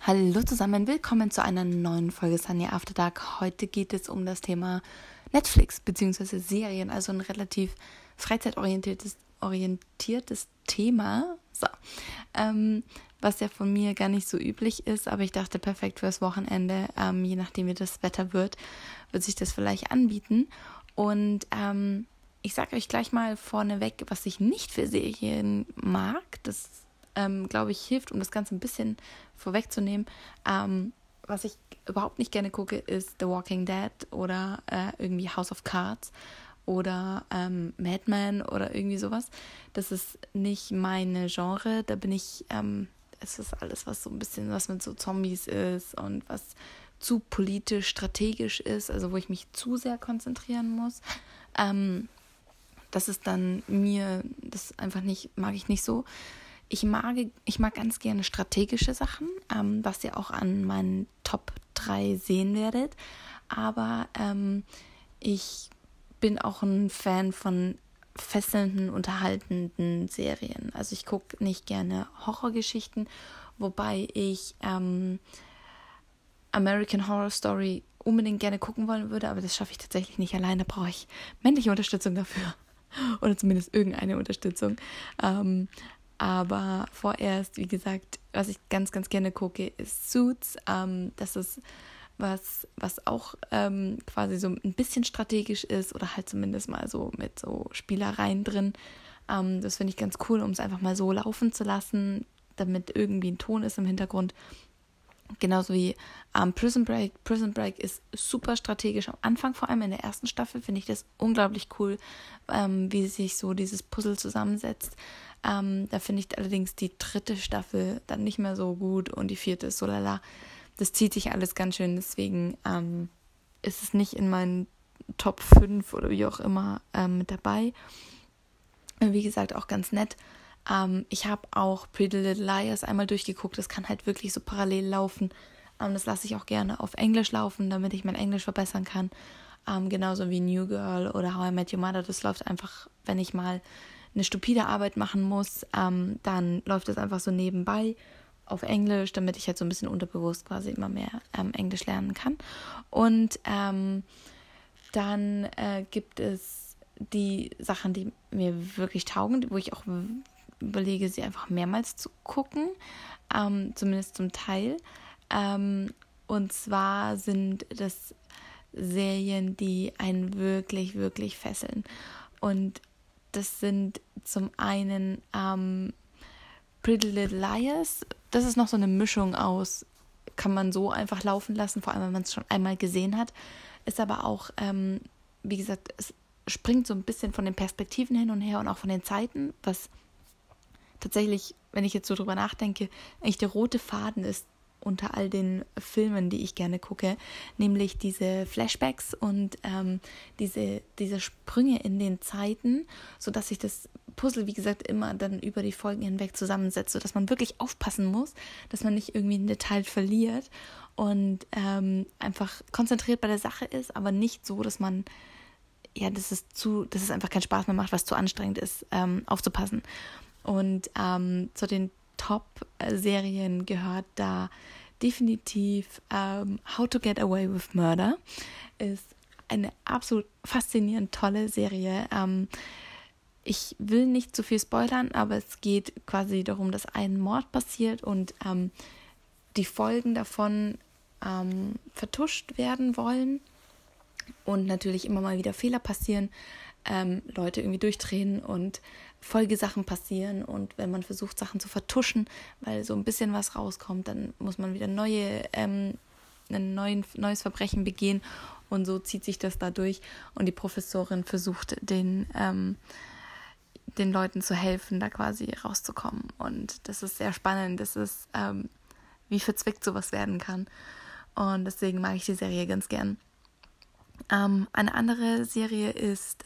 Hallo zusammen, willkommen zu einer neuen Folge Sunny After Dark. Heute geht es um das Thema Netflix bzw. Serien, also ein relativ freizeitorientiertes Thema, was ja von mir gar nicht so üblich ist, aber ich dachte, perfekt fürs Wochenende, je nachdem wie das Wetter wird sich das vielleicht anbieten. Und ich sage euch gleich mal vorneweg, was ich nicht für Serien mag. Das glaube ich, hilft, um das Ganze ein bisschen vorwegzunehmen. Was ich überhaupt nicht gerne gucke, ist The Walking Dead oder irgendwie House of Cards oder Mad Men oder irgendwie sowas. Das ist nicht meine Genre. Da bin ich, es ist alles, was so ein bisschen, was mit so Zombies ist und was zu politisch, strategisch ist, also wo ich mich zu sehr konzentrieren muss. Das ist dann das einfach nicht, mag ich nicht so. Ich mag ganz gerne strategische Sachen, was ihr auch an meinen Top 3 sehen werdet. Aber ich bin auch ein Fan von fesselnden, unterhaltenden Serien. Also ich gucke nicht gerne Horrorgeschichten, wobei ich American Horror Story unbedingt gerne gucken wollen würde, aber das schaffe ich tatsächlich nicht alleine. Da brauche ich männliche Unterstützung dafür. Oder zumindest irgendeine Unterstützung. Aber vorerst, wie gesagt, was ich ganz, ganz gerne gucke, ist Suits. Das ist was auch quasi so ein bisschen strategisch ist oder halt zumindest mal so mit so Spielereien drin. Das finde ich ganz cool, um es einfach mal so laufen zu lassen, damit irgendwie ein Ton ist im Hintergrund. Genauso wie Prison Break. Prison Break ist super strategisch. Am Anfang, vor allem in der ersten Staffel, finde ich das unglaublich cool, wie sich so dieses Puzzle zusammensetzt. Da finde ich allerdings die 3. Staffel dann nicht mehr so gut und die 4. ist so lala. Das zieht sich alles ganz schön, deswegen ist es nicht in meinen Top 5 oder wie auch immer mit dabei. Wie gesagt, auch ganz nett. Ich habe auch Pretty Little Liars einmal durchgeguckt. Das kann halt wirklich so parallel laufen. Das lasse ich auch gerne auf Englisch laufen, damit ich mein Englisch verbessern kann. Genauso wie New Girl oder How I Met Your Mother. Das läuft einfach, wenn ich mal eine stupide Arbeit machen muss, dann läuft das einfach so nebenbei auf Englisch, damit ich halt so ein bisschen unterbewusst quasi immer mehr Englisch lernen kann. Und dann gibt es die Sachen, die mir wirklich taugen, wo ich auch überlege, sie einfach mehrmals zu gucken, zumindest zum Teil. Und zwar sind das Serien, die einen wirklich, wirklich fesseln. Und das sind zum einen Pretty Little Liars. Das ist noch so eine Mischung aus, kann man so einfach laufen lassen, vor allem wenn man es schon einmal gesehen hat. Ist aber auch, wie gesagt, es springt so ein bisschen von den Perspektiven hin und her und auch von den Zeiten, was tatsächlich, wenn ich jetzt so drüber nachdenke, eigentlich der rote Faden ist unter all den Filmen, die ich gerne gucke, nämlich diese Flashbacks und diese Sprünge in den Zeiten, sodass sich das Puzzle, wie gesagt, immer dann über die Folgen hinweg zusammensetzt, sodass man wirklich aufpassen muss, dass man nicht irgendwie ein Detail verliert und einfach konzentriert bei der Sache ist, aber nicht so, dass man dass es einfach keinen Spaß mehr macht, was zu anstrengend ist, aufzupassen. Und zu den Top-Serien gehört da definitiv How to Get Away with Murder. Ist eine absolut faszinierend tolle Serie. Ich will nicht zu viel spoilern, aber es geht quasi darum, dass ein Mord passiert und die Folgen davon vertuscht werden wollen und natürlich immer mal wieder Fehler passieren, Leute irgendwie durchdrehen und Folgesachen passieren und wenn man versucht, Sachen zu vertuschen, weil so ein bisschen was rauskommt, dann muss man wieder ein neues Verbrechen begehen und so zieht sich das da durch und die Professorin versucht, den Leuten zu helfen, da quasi rauszukommen und das ist sehr spannend, das ist, wie verzwickt sowas werden kann und deswegen mag ich die Serie ganz gern. Eine andere Serie ist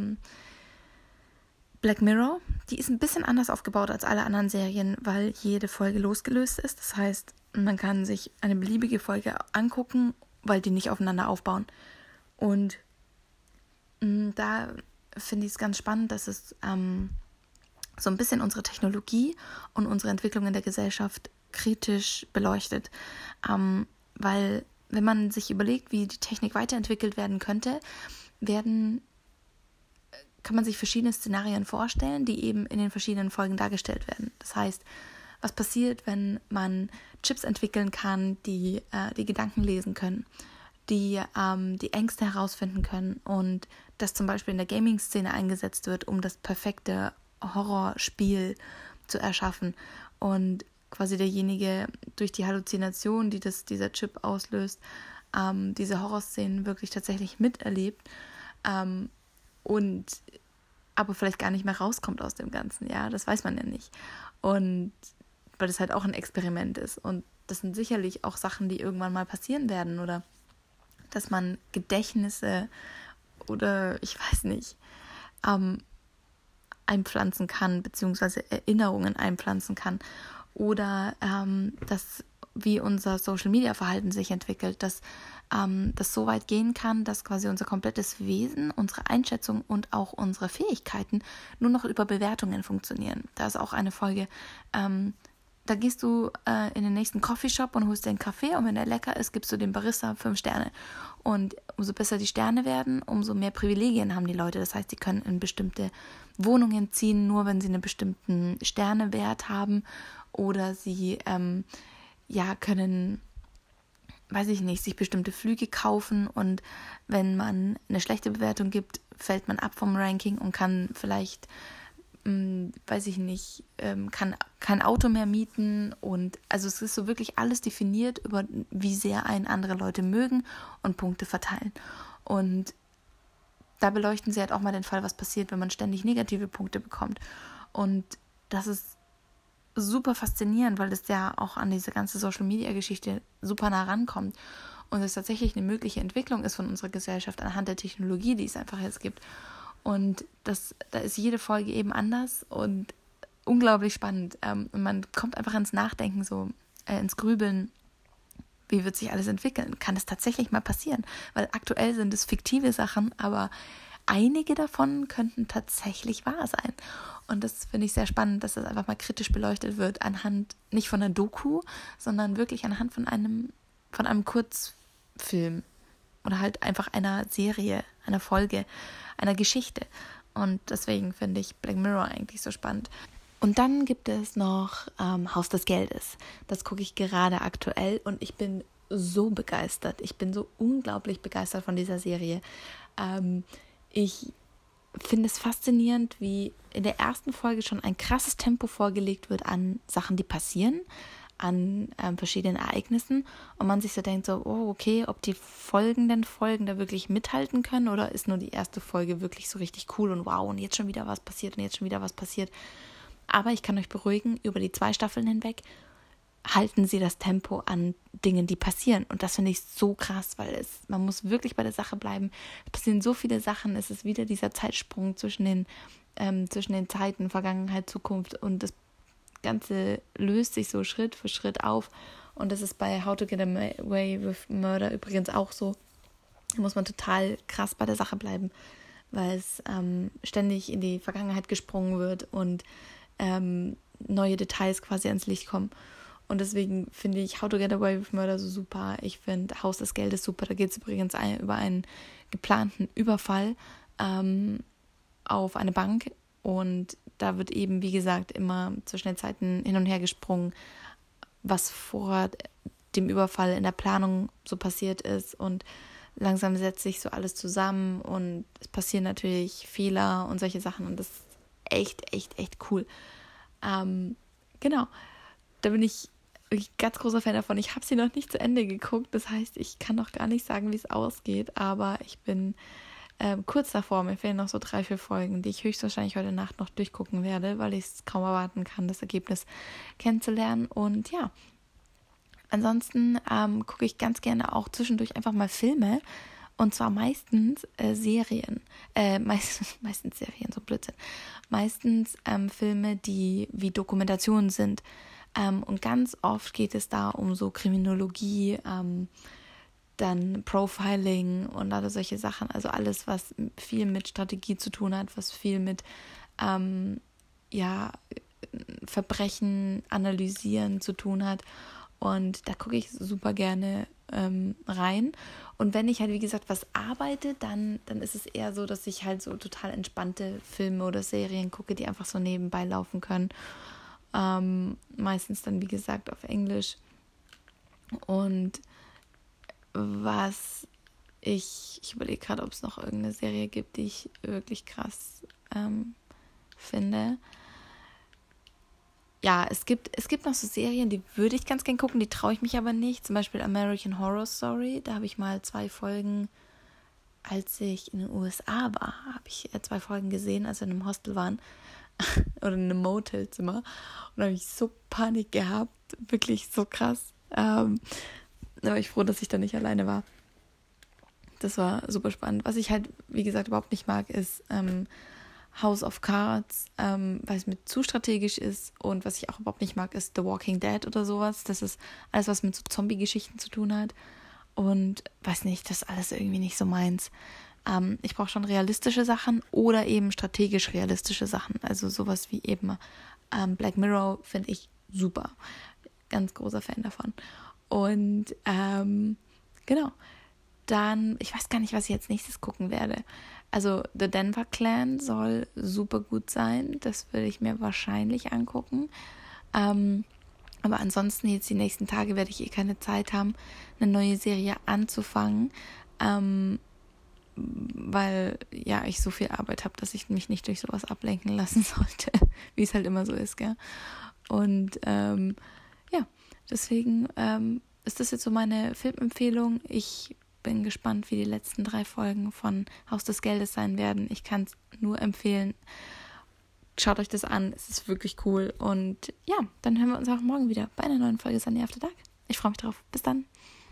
Black Mirror. Die ist ein bisschen anders aufgebaut als alle anderen Serien, weil jede Folge losgelöst ist. Das heißt, man kann sich eine beliebige Folge angucken, weil die nicht aufeinander aufbauen. Und da finde ich es ganz spannend, dass es so ein bisschen unsere Technologie und unsere Entwicklung in der Gesellschaft kritisch beleuchtet. Weil wenn man sich überlegt, wie die Technik weiterentwickelt werden könnte, kann man sich verschiedene Szenarien vorstellen, die eben in den verschiedenen Folgen dargestellt werden. Das heißt, was passiert, wenn man Chips entwickeln kann, die die Gedanken lesen können, die die Ängste herausfinden können und das zum Beispiel in der Gaming-Szene eingesetzt wird, um das perfekte Horrorspiel zu erschaffen und quasi derjenige durch die Halluzination, die dieser Chip auslöst, diese Horrorszenen wirklich tatsächlich miterlebt und aber vielleicht gar nicht mehr rauskommt aus dem Ganzen, ja, das weiß man ja nicht. Und weil das halt auch ein Experiment ist und das sind sicherlich auch Sachen, die irgendwann mal passieren werden oder dass man Gedächtnisse oder ich weiß nicht, einpflanzen kann, beziehungsweise Erinnerungen einpflanzen kann. Oder dass wie unser Social-Media-Verhalten sich entwickelt, dass das so weit gehen kann, dass quasi unser komplettes Wesen, unsere Einschätzung und auch unsere Fähigkeiten nur noch über Bewertungen funktionieren. Da ist auch eine Folge, da gehst du in den nächsten Coffeeshop und holst dir einen Kaffee und wenn der lecker ist, gibst du dem Barista 5 Sterne. Und umso besser die Sterne werden, umso mehr Privilegien haben die Leute. Das heißt, die können in bestimmte Wohnungen ziehen, nur wenn sie einen bestimmten Sternewert haben oder sie können, weiß ich nicht, sich bestimmte Flüge kaufen und wenn man eine schlechte Bewertung gibt, fällt man ab vom Ranking und kann vielleicht weiß ich nicht, kann kein Auto mehr mieten und also es ist so wirklich alles definiert über wie sehr einen andere Leute mögen und Punkte verteilen. Und da beleuchten sie halt auch mal den Fall, was passiert, wenn man ständig negative Punkte bekommt. Und das ist super faszinierend, weil das ja auch an diese ganze Social-Media-Geschichte super nah rankommt und es tatsächlich eine mögliche Entwicklung ist von unserer Gesellschaft anhand der Technologie, die es einfach jetzt gibt. Und da ist jede Folge eben anders und unglaublich spannend. Und man kommt einfach ins Nachdenken, ins Grübeln. Wie wird sich alles entwickeln? Kann das tatsächlich mal passieren? Weil aktuell sind es fiktive Sachen, aber einige davon könnten tatsächlich wahr sein. Und das finde ich sehr spannend, dass das einfach mal kritisch beleuchtet wird, anhand nicht von einer Doku, sondern wirklich anhand von einem Kurzfilm oder halt einfach einer Serie, einer Folge, einer Geschichte. Und deswegen finde ich Black Mirror eigentlich so spannend. Und dann gibt es noch Haus des Geldes. Das gucke ich gerade aktuell und ich bin so begeistert. Ich bin so unglaublich begeistert von dieser Serie. Ich finde es faszinierend, wie in der ersten Folge schon ein krasses Tempo vorgelegt wird an Sachen, die passieren, an verschiedenen Ereignissen und man sich so denkt, okay, ob die folgenden Folgen da wirklich mithalten können oder ist nur die erste Folge wirklich so richtig cool und wow und jetzt schon wieder was passiert und jetzt schon wieder was passiert. Aber ich kann euch beruhigen, über die 2 Staffeln hinweg halten sie das Tempo an Dingen, die passieren. Und das finde ich so krass, weil man muss wirklich bei der Sache bleiben. Es passieren so viele Sachen, es ist wieder dieser Zeitsprung zwischen den Zeiten, Vergangenheit, Zukunft und das Ganze löst sich so Schritt für Schritt auf. Und das ist bei How to Get Away with Murder übrigens auch so. Da muss man total krass bei der Sache bleiben, weil es ständig in die Vergangenheit gesprungen wird und neue Details quasi ans Licht kommen. Und deswegen finde ich How to Get Away with Murder so super. Ich finde Haus des Geldes super. Da geht es übrigens über einen geplanten Überfall auf eine Bank. Und da wird eben, wie gesagt, immer zwischen den Zeiten hin und her gesprungen, was vor dem Überfall in der Planung so passiert ist. Und langsam setzt sich so alles zusammen und es passieren natürlich Fehler und solche Sachen. Und das ist echt, echt, echt cool. Genau, da bin ich wirklich ganz großer Fan davon. Ich habe sie noch nicht zu Ende geguckt. Das heißt, ich kann noch gar nicht sagen, wie es ausgeht. Aber ich bin kurz davor. Mir fehlen noch so 3-4 Folgen, die ich höchstwahrscheinlich heute Nacht noch durchgucken werde, weil ich es kaum erwarten kann, das Ergebnis kennenzulernen. Und ja, ansonsten gucke ich ganz gerne auch zwischendurch einfach mal Filme. Und zwar meistens Serien. Meistens Serien, so Blödsinn. Meistens Filme, die wie Dokumentationen sind. Und ganz oft geht es da um so Kriminologie, dann Profiling und alle solche Sachen. Also alles, was viel mit Strategie zu tun hat, was viel mit Verbrechen analysieren zu tun hat. Und da gucke ich super gerne rein. Und wenn ich halt, wie gesagt, was arbeite, dann ist es eher so, dass ich halt so total entspannte Filme oder Serien gucke, die einfach so nebenbei laufen können. Meistens dann, wie gesagt, auf Englisch. Und was ich überlege gerade, ob es noch irgendeine Serie gibt, die ich wirklich krass finde. Ja, es gibt noch so Serien, die würde ich ganz gern gucken, die traue ich mich aber nicht. Zum Beispiel American Horror Story. Da habe ich mal 2 Folgen, als ich in den USA war, habe ich 2 Folgen gesehen, als wir in einem Hostel waren. Oder in einem Motelzimmer. Und da habe ich so Panik gehabt. Wirklich so krass. Da war ich froh, dass ich da nicht alleine war. Das war super spannend. Was ich halt, wie gesagt, überhaupt nicht mag, ist House of Cards, weil es mir zu strategisch ist. Und was ich auch überhaupt nicht mag, ist The Walking Dead oder sowas. Das ist alles, was mit so Zombie-Geschichten zu tun hat. Und weiß nicht, das ist alles irgendwie nicht so meins. Ich brauche schon realistische Sachen oder eben strategisch realistische Sachen. Also sowas wie eben Black Mirror finde ich super. Ganz großer Fan davon. Und genau. Dann, ich weiß gar nicht, was ich jetzt nächstes gucken werde. Also The Denver Clan soll super gut sein. Das würde ich mir wahrscheinlich angucken. Aber ansonsten jetzt die nächsten Tage werde ich keine Zeit haben, eine neue Serie anzufangen. Weil ja ich so viel Arbeit habe, dass ich mich nicht durch sowas ablenken lassen sollte, wie es halt immer so ist, gell? Und ja, deswegen ist das jetzt so meine Filmempfehlung. Ich bin gespannt, wie die letzten 3 Folgen von Haus des Geldes sein werden. Ich kann es nur empfehlen. Schaut euch das an, es ist wirklich cool. Und ja, dann hören wir uns auch morgen wieder bei einer neuen Folge Sunday After Dark. Ich freue mich drauf. Bis dann.